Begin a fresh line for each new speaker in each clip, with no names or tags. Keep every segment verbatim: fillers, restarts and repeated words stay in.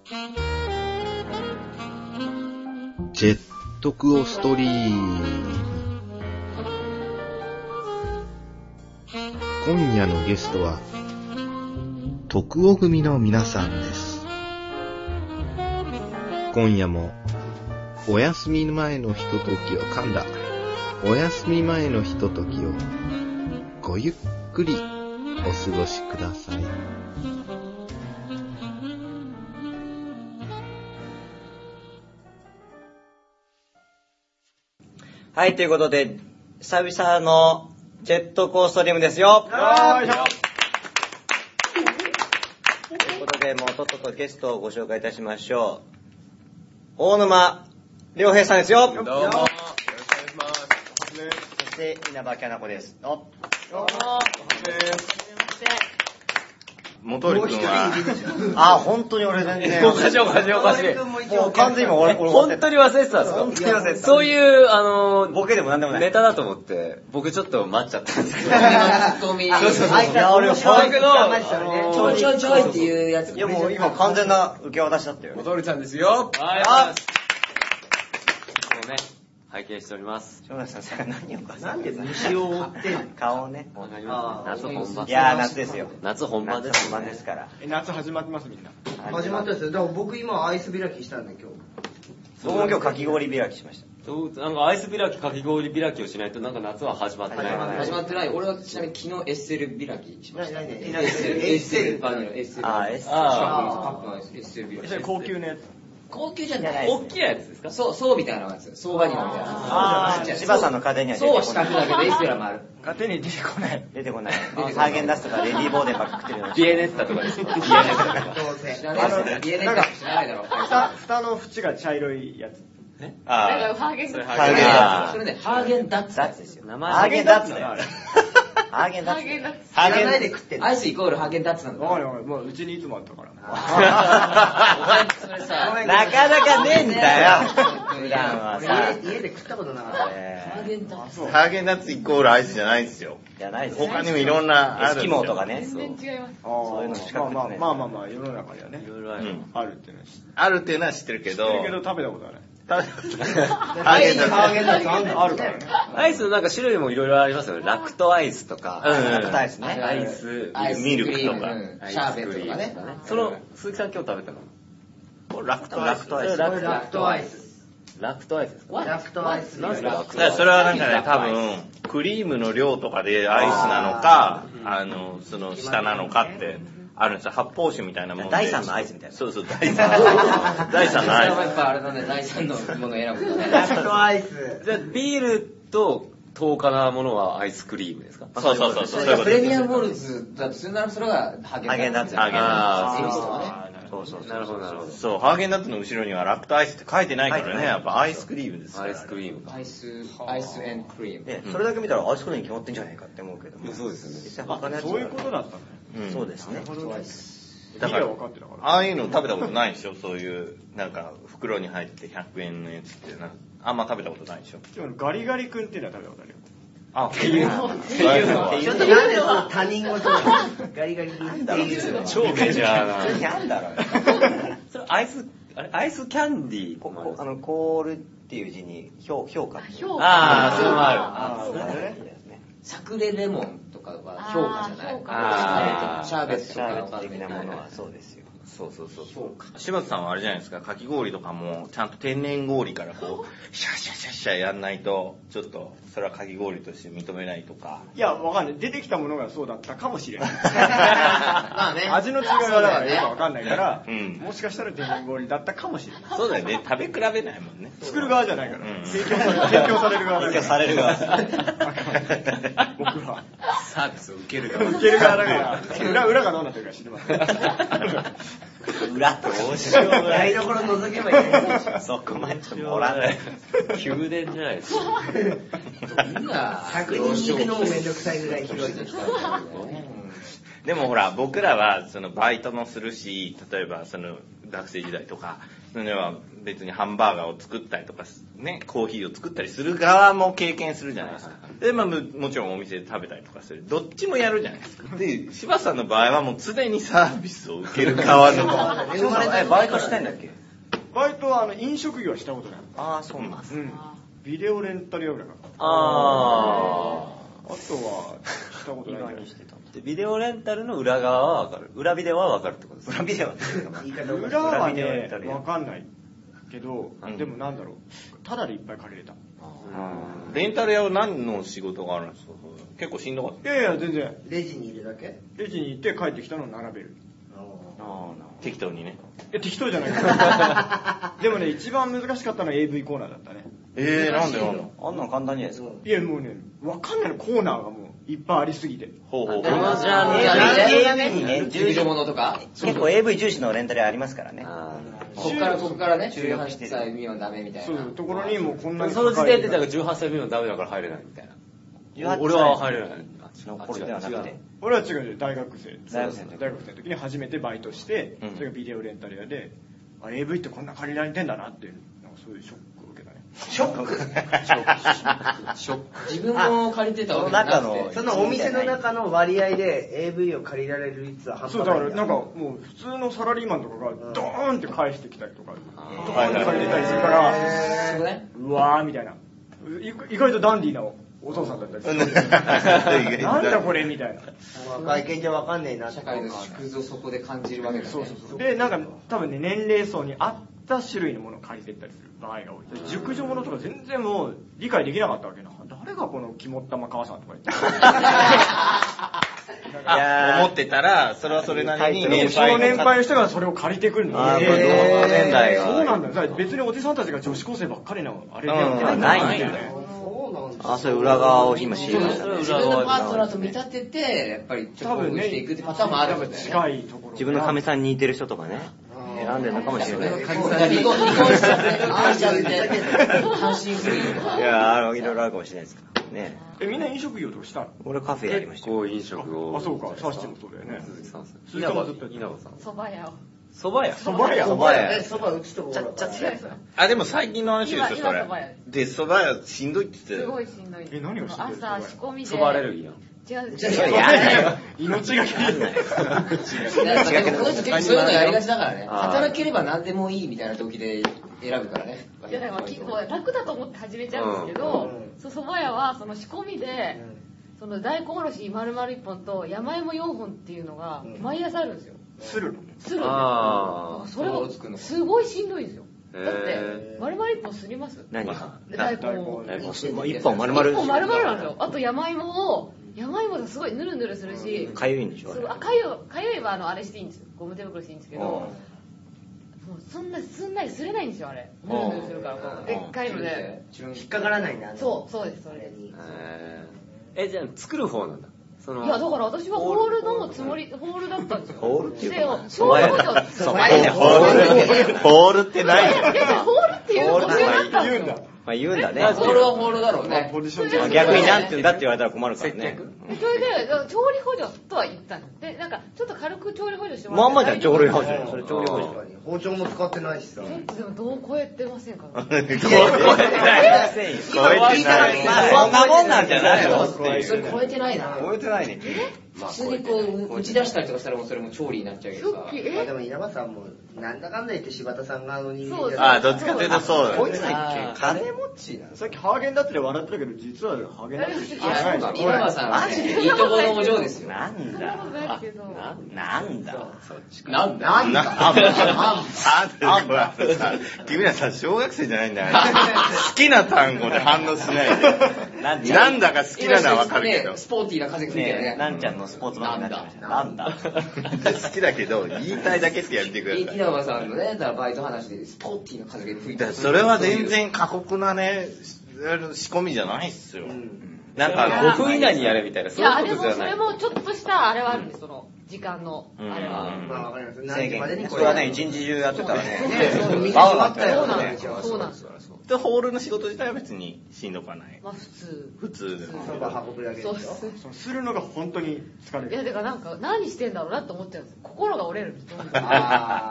ジェットクオストリーム。今夜のゲストは徳尾組の皆さんです。今夜もお休み前のひとときを噛んだお休み前のひとときをごゆっくりお過ごしください。
はい、ということで久々のジェットコーストリームですよ。よーいしょ。ということでもうとっととゲストをご紹介いたしましょう。大沼良平さんですよ。どうもよろしくお願いします。そして稲葉きゃなこです。どうも
元織君は
あ、本当に俺全然
おかしいおかしいおかしい。
もう完全に今俺
本当に忘れてたんですか。
本当に忘れてた。
そういうあの
ボケでもなんでもない
ネタだと思って僕ちょっと待っちゃったんですけど。
ツッコミ。
そうそうそう。いや俺
僕の
ちょいちょいちょいっていうやつ。
いやもう今完全な受け渡しだったよ。
元織ちゃんですよ。はい。
あ。
もうね拝見しております。
庄田さん何をか
なんで虫を追って
顔ね。
わかりますね。夏本番。
いやー夏ですよ。
夏本番です。
本番ですから。
え夏始まってますみんな。
始まったんですよ。だから僕今アイス開きしたんで今日。
僕も今日かき氷開きしました。
なんかアイス開きかき氷開きをしないとなんか夏は始まってない。
始まってない。俺はちなみに昨日エッセル開きしました。
何何
エッセルエッセルバニラエッセル。
あーエッセル。
カップのアイスエッセル開き。
それ高級なやつ。
高級じゃない。
大きいやつですか。
そうそうみたいなやつ。そうバニラみたいな。
ああ柴さんの家庭には出てこない。
そう四角だけどエッセルもある。
勝手に出てこない。
出てこない。ハーゲンダッツとかレディーボーデンばっか食ってるような。
ビエネッタとかです。ビエネッタとか。
どうせ。知らないですよ。ビエネッタ知らないだろ。
蓋蓋の縁が茶色いやつ。
ああ。
ハーゲンダッツ。
ハーゲンダッツ。
それねハーゲンダッツ。
ダッツですよ。
名前
ハーゲンダッツだよ。ハーゲンダッツ。
ハーゲンダッツ。
ハーゲン
知らないで食ってんの。アイスイコールハーゲンダッツなんだ。
わかるわかる。もううちにいつもあったから。
お前それさ。
なかなかねえんだよ。普段はさ。
家で食ったことなかった。ハーゲンダッツ。
ハーゲンダッツイコールアイスじゃないですよ。
じゃないです。
他にもいろんな
エスキモーとかね。
全然違います。
そういうのしか食ってない。
まあまあまあ世の中にはね。
いろいろある。
あるっていうのは知って
あるっていうのは知ってるけど。
るけど食べたことはない。
ハ
ーゲンダッツ。ハーゲンダッツ
あるからね。
アイスのなんか種類もいろいろありますよね。ラクトアイスとか。
ラクトアイスね。
アイス、
アイス
ミルクとか
シャーベットとかね。
その、鈴木さん今日食べたの
ラクトアイス。
ラクトアイス。
ラクトアイス。
ラクトアイスですか。
ラクトアイス。
何ですかラク
だからそれはなんかね、多分、クリームの量とかでアイスなのか、あの、その下なのかってあるんですよ。発泡酒みたいなもんで。
第三のアイスみたいな。
そうそう、第三。第三のアイ
やっぱあれだね、第三のものを選ぶんだね。
ラクトアイス。
じゃあビールと高価なものはアイスクリームですか。
ス。そうそうそうそう。
プレミアムモルツだとするならそれがハーゲンダッツ。
ハーゲンダッツ。
あー
エビスとかね。
そうそうそう。
なるほどなるほど。
そう、ハーゲンダッツの後ろにはラクトアイスって書いてないからね、やっぱアイスクリームですから。
アイスクリームか。
アイス、アイスエンクリーム。
で、それだけ見たらアイスクリームに決まってんじゃないかって思うけども。
そうですよね。
実際他のやつは
そういうことだったね。
うん
そうですね。
だから
分かってたから。
ああいうの食べたことないでしょ、そういう、なんか袋に入ってひゃくえんのやつってな、あんま食べたことないでしょ。
でもガリガリ君っていうのは食べたことあるよ。
あ、っていうのっていうのは
ちょっとなんでその他人事ガリガリっていうの
超メジャーな。
なんだろう。
それアイス、あれアイスキャンディー。
ここあのコールっていう字に評評価。
評価。
ああ、それもある。
ああ、そうね。
サクレレモンとかは評価じゃない。
あー
シャーベットと
シャーベッ
か
ト的なものはそうですよ。
そうそうそうそう。柴田さんはあれじゃないですか、かき氷とかもちゃんと天然氷からこうシャシャシャシャやんないとちょっとそれはかき氷として認めないとか。
いや、わかんない。出てきたものがそうだったかもしれない。
まあね。
味の違いはだからよくわかんないから、
うん
もしかしたら天然氷だったかもしれない。
そうだよね、食べ比べないもんね。
作る側じゃないから。
うん
提供され提供される側だから。
提供される側。
僕は。
サービスを受ける側。
受ける側だから、裏、裏がどうなってるか知りません。
裏って面白い。
台所覗けばいいね。
そこまでちょっともらない。
宮殿じゃないですか。
みんな確認に行くのもめんどくさいぐらい広いですからね。
でもほら僕らはそのバイトもするし、例えばその学生時代とかそれは別にハンバーガーを作ったりとかね、コーヒーを作ったりする側も経験するじゃないですか。で、まあももちろんお店で食べたりとかする。どっちもやるじゃないですか。で、柴田さんの場合はもう常にサービスを受ける側の。
え、バイトしたいんだっけ？
バイトはあの飲食業はしたことない。
ああ、そうなんです。
うん。ビデオレンタル屋ぐらいかな。
あ
あとはしたことないんだよ。
ー。でビデオレンタルの裏側はわかる。裏ビデオはわかるってことですか？
裏ビデオ
言い方を
裏は
裏ビデオレン
ね
タル、屋
わかんないけど、
うん
でもなんだろう、タダでいっぱい借りれた。
レンタル屋は何の仕事があるんですか？結構しんどかった。
いやいや、全然。
レジにいるだけ？
レジに行って帰ってきたのを並べる。
適当にね。
いや、適当じゃないからでもね、一番難しかったのは エーブイ コーナーだったね。
えー、なんでなんだ
あんなの簡単じゃないですか。
いや、もうね、わかんないの、コーナーがもういっぱいありすぎて。
ほうほうほう。
このジャンル
エーブイ にね、
従事者とか
結構 エーブイ 重視のレンタルありますからね。
こっからこっからね、じゅうはっ
注力してる
さい未満ダメみたいな。
そういうところにもうこんなに
その時点でだからじゅうはっさい未満ダメだから入れないみたいな。
じゅうはっさい
俺は入れない。
の頃ではなくて。
俺は違うよ、大学生。
大学生の時
大学生の時に初めてバイトして、
うん
それがビデオレンタル屋で、あ、エーブイ ってこんな借りられてんだなっていう、なんかそういうショックを受けたね。
ショックショック。自分も借りてたわけじゃなくて。
そのお店の中の割合で エーブイ を借りられる率は半端
そう、
ない。
だからなんかもう普通のサラリーマンとかがドーンって返してきたりとか、ドーンって借りてたりするから、
そうね。
うわーみたいな。意外とダンディーなお父さんだったりする。なんだこれみたいな。
外見じゃわかんねえなって
社会の縮図をそこで感じるわけだね。
そうそうそう。で、なんか多分ね、年齢層に合った種類のものを借りてったりする場合が多い。熟女ものとか全然もう理解できなかったわけな。誰がこの肝っ玉母さんとか言って。
あ、思ってたら、それはそれなりに年
その
配
年配の人がそれを借りてくるの。
あーこれ同年代が
そうなんだよ。だから別におじさんたちが女子高生ばっかりのあれでやって
うん
ないんだ
ないんだ
よね。
あ、そういう裏側を今知りましたね。
自分のパートナーと見立てて、やっぱりちょっと工夫していくってパターンもあるんだよね。
近いところ。
自分の神さんに似てる人とかね、選んでるのかもしれない。
離婚離婚しちゃって、離婚しちゃって、単身赴任とか。
いや、あの、いろいろあるかもしれないですけどね。
え、みんな飲食業とかしたの？
俺カフェやりましたよ。
こう飲食を。
あ、そうか。サーシチもそうだよね。
鈴木さん。
鈴木さんもずっとやってた
稲葉さん。
蕎麦屋を。
蕎麦屋。
蕎麦屋。
蕎麦屋
え、そば打つところから。
あ、でも最近の話ですよ、それ
今今蕎麦屋。
で、蕎麦屋しんどいって言ってたよ。
すごいしんどい。
え何をしてる
朝仕込みで。
蕎麦アレルギーなの。
違う。
いやいや
命がけない。
この人結構そういうのやりがちだからね。働ければ何でもいいみたいな時で選ぶからね。
いや、だから結構楽だと思って始めちゃうんですけど、そう蕎麦屋はその仕込みで、その大根おろし丸々いっぽんと山芋よんほんっていうのが毎朝あるんですよ。
するの？
するん
あ
ですよ。それがすごいしんどいんですよ。だって
へ
丸々いっぽんすります？
何が
大根を。
一本丸々。
一本丸々なんですよ。あと山芋を、山芋がすごいヌルヌルするし、
かゆいんでしょ？
あ、かゆい、かゆいはあの、あれしていいんですよ。ゴム手袋していいんですけど、もうそんな、すんなりすれないんですよ、あれ。ヌルヌルするから、こうでっかいので。
引っかからないんだ。
そう、そうです、それで。
え、じゃあ作る方なんだ。その
いや、だから私はホールのつもり、ホールだったんですよ。
ホールっていう
で、
か
ホール補助。
蕎麦屋でホール。ホールってないよ。
いや、ホールっていうのがだったんですよ。
まあ言うんだね。
ホールはホールだろうね。
ポジション違う。
逆になんて言うんだって言われたら困るからね。
それで、調理補助とは言ったんです。で、なんか、ちょっと軽く調理補助してもらって。
まんまじゃん、調理補助。それ調理補助。
包丁も使ってないしさ。
ちょっとでも、どう超えてませんか？
超えてない。超えてない。そんなもんなんじゃないのっていう。
それ超えてないな。
超えてないね。
普通にこう、打ち出したりとかしたらもうそれも調理になっちゃうけどさ。
まあでも稲葉さんも、なんだかんだ言って柴田さん側の人間じゃ
あ、どっちかというとそうだ。
こいつだっけカレーモッチーなの？
さっきハーゲンダッツで笑ってたけど、実はハーゲンダッツじゃ
あ、
ない
そうだ、稲葉さんはね、いいとこのお嬢ですよ。
なんだ
ないけど。
なんだ
なんだ
なんだ
あんだ。あんだ。君らさ、小学生じゃないんだよ。好きな単語で反応しないで。なんだか好きなのはわかるけど。
スポーティーな風吹いてるね。
なんちゃんのスポーツマンになっちゃいました。なんだ
好きだけど、言いたいだけってやってください。
稲葉さんのね、だからバイト話でスポーティーな風が吹いてる。
それは全然過酷なね、仕込みじゃないっすよ。なんか
ごふん以内にやれみたいな、
いや、
そういう
でもそ
ことじゃない。
れもちょっとしたあれはあるんです、その、時間の、あれは。
まあわかります。
制
何時までに
限。
これ
それはね、一日中やってたらね。
バウあったよ
そうなん
ね
です。よ。そうなんですよ。
でホールの仕事自体は別にしんどくはない。
まあ普通。
普通です。
そば運ぶだけでしょ。
そうっす。
そうするのが本当に疲れ
いや、
る。
てかなんか、何してんだろうなって思っちゃうんです。心が折れるんですよ。
あ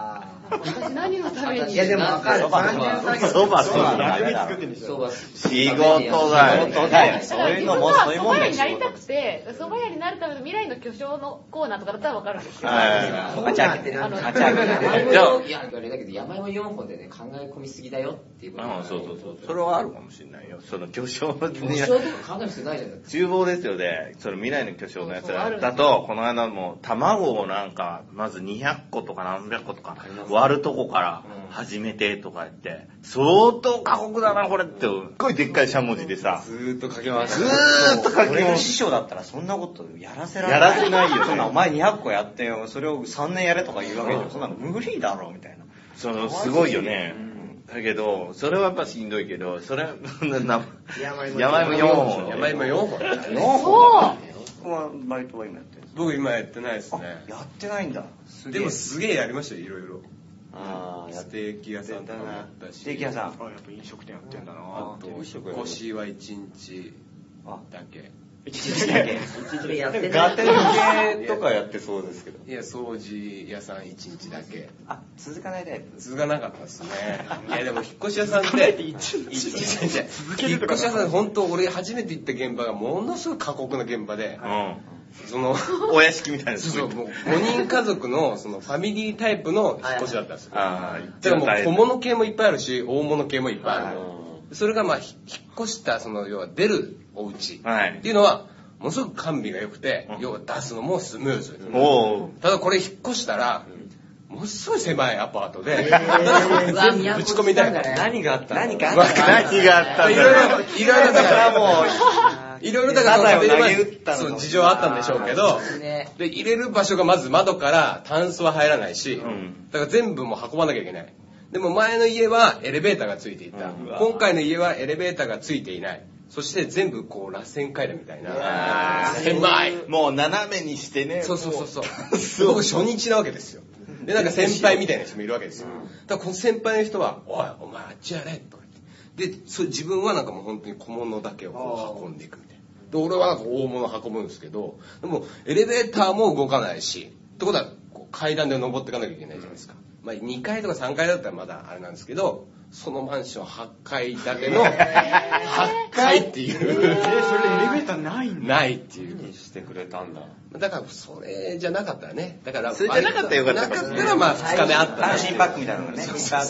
私何のために。
いやでも分かる。
そばそばそば
逆に作ってんでしょ。
仕事だよ。
仕事だよ。そういうのもそういうもんだよ。
蕎麦屋になりたくて、蕎麦屋になるための未来の巨匠のコーナーとかだったら分かるんですよ。
あちゃけてる。
あの
あちゃけてる。
じゃあ、いや、あれだけど、山芋よんほんでね、考え込みすぎだよっていうこと。
うん、そうそうそう。それはあるかもしれないよ。その巨匠の。
巨匠とか考える必要ないじゃん。
厨房ですよね。その未来の巨匠のやつらだと、この間も卵をなんか、まずにひゃっことか何百個とか割るとこから始めてとか言って、相当過酷だな、これって。すっごいでっかいしゃもじでさ。
ずーっとかけ回し
ずーっとかけ
俺
回し
の師匠だったらそんなことやらせられ
やらせないよね
そんなお前にひゃっこやってよ。それをさんねんやれとか言うわけでしょ。そんなの無理だろ、みたいな。
その、すごいよね。だけど、それはやっぱしんどいけど、それ、な、山芋よんほん。
山芋よんほん。
よんほん僕はバイトは今やってるんです
僕今やってないですね。
やってないんだ。
でもすげえやりましたよ、いろいろ。
ああ、
ステーキ屋さんとかもやったし。
ステーキ屋さん。
あ、やっぱ飲食店やってんだな。
あと、腰はいちにちだけ。
一日だけ。
一日目やってない。
ガテン系とかやってそうですけど。
いや、掃除屋さんいちにちだけ。
あ、続かないタイプ。
続かなかったですね。いや、でも引っ越し屋さんって、一日引っ越し屋さん、本当俺初めて行った現場がものすごい過酷な現場で、
うん。
その、
お屋敷みたいな。
そうそう、もうごにん家族のそのファミリータイプの引っ越しだったんですよ。
ああ、
だからもう小物系もいっぱいあるし、大物系もいっぱいある。それがまあ、引っ越した、その、要は出るお家っていうのは、ものすごく完備が良くて、要は出すのもスムーズ。
お
ただこれ引っ越したら、ものすごい狭いアパートで、全部ぶち込みたいな。
何があったの
何かあった
何があったん
いろい
だ
ろ、いろいろだからもう、いろいろだから
サザエを投げ打ったのか
そう事情あったんでしょうけど、で、入れる場所がまず窓からタンスは入らないし、だから全部もう運ばなきゃいけない。でも前の家はエレベーターがついていた。今回の家はエレベーターがついていない。そして全部こう螺旋階段みたいな。狭い。
もう斜めにしてね。
そうそうそうそう。僕初日なわけですよ。で、なんか先輩みたいな人もいるわけですよ。だからこの先輩の人は、おい、お前あっちやれとか言って。で、そ自分はなんかもう本当に小物だけをこう運んでいくみたいな。で、俺はなんか大物運ぶんですけど、でもエレベーターも動かないし、ってことはこう階段で登っていかなきゃいけないじゃないですか。まあにかいとかさんかいだったらまだあれなんですけど、そのマンションはちかい建てのはちかいっていう。
えー、それでエレベーターないんだ。
ないっていう。
してくれたんだ。
だからそれじゃなかったらね。だから
それじゃなかったらよかった
なかったらまあふつかめあったら。
単身パックみたいなのがね。単身パ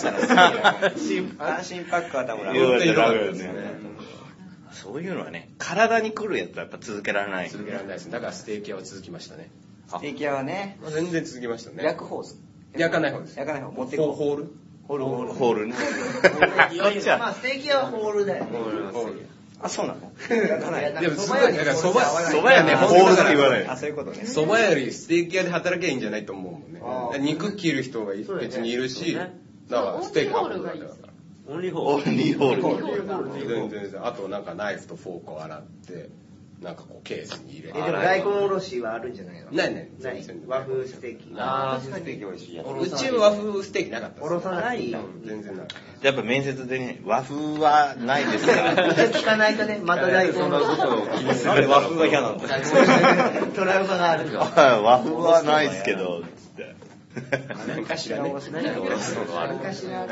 ックは多分
よかった
よかった
よ
ですね。
そういうのはね、体に来るやつはやっぱ続けられない。
続けられないです。だからステーキ屋は続きましたね。
ステーキ屋はね、
まあ全然続きましたね。
焼く方です。
焼かない方です。
焼かない方。持って
ホ
こう。
ール
ホールホール。
ホールね。
どっちまあステーキ屋はホールだよ。
ホール。
あ、そうなの焼かない。
でもすごい、だから蕎麦、蕎麦屋ね、
ホールって言わない。
あ、そういうことね。
蕎麦屋よりステーキ屋で働きゃいいんじゃないと思うもんね。肉切る人が別にいるし、だからステーキ
ホールがいいです。
オンリーホール。オンリーホール。
全然全然。あとなんかナイフとフォークを洗って、なんかこうケースに入れて。
え、でも大根おろしはあるんじゃないの？
ないない。
ない。和風ステーキ。
あー、ステーキ美味しいやつ。うちは和風ステーキなかったです。
おろさない。
全然ない。
やっぱ面接でね、和風はないですから。
聞かないとね、また大根
そんなことを気にする。
なんで和風が嫌なの
トラウマがある。
和風はないですけど、つって。
何かしらね。
何かしら。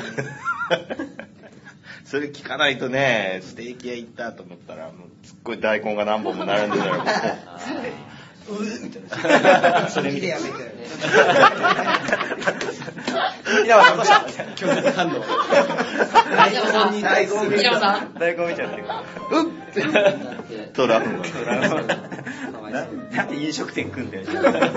それ聞かないとね、ステーキ屋行ったと思ったら、もうすっごい大根が何本も並んでたよ。
うーみたいな。それ見てやめてよね。
稲葉さん、
拒絶反応。
大根に大根見ちゃう。
大根見ちゃってる。
うっトラウマ。
なんで飲食店組んでる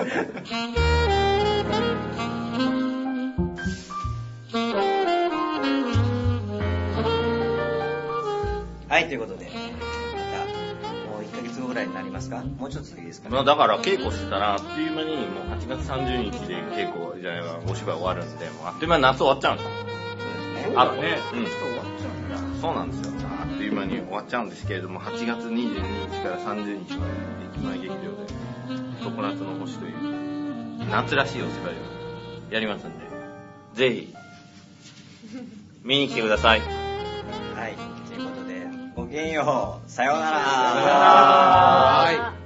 はい、ということで、また、もういっかげつごぐらいになりますか？もうちょっと先ですかね。
まあだから稽古してたら、あっという間にもうはちがつさんじゅうにちで稽古じゃないわ、お芝居終わるんで、もうあっという間に夏終わっちゃうんですよ。
そうですね。
あとね、うん。
終わっちゃうんだ。
そうなんですよ。あっという間に終わっちゃうんですけれども、はちがつにじゅうににちからさんじゅうにちまで駅前劇場で、常夏の星という夏らしいお芝居をやりますんで、ぜひ、見に来てください。
はい、ということで、ごきげんよう。さようなら。
さようなら。
はい。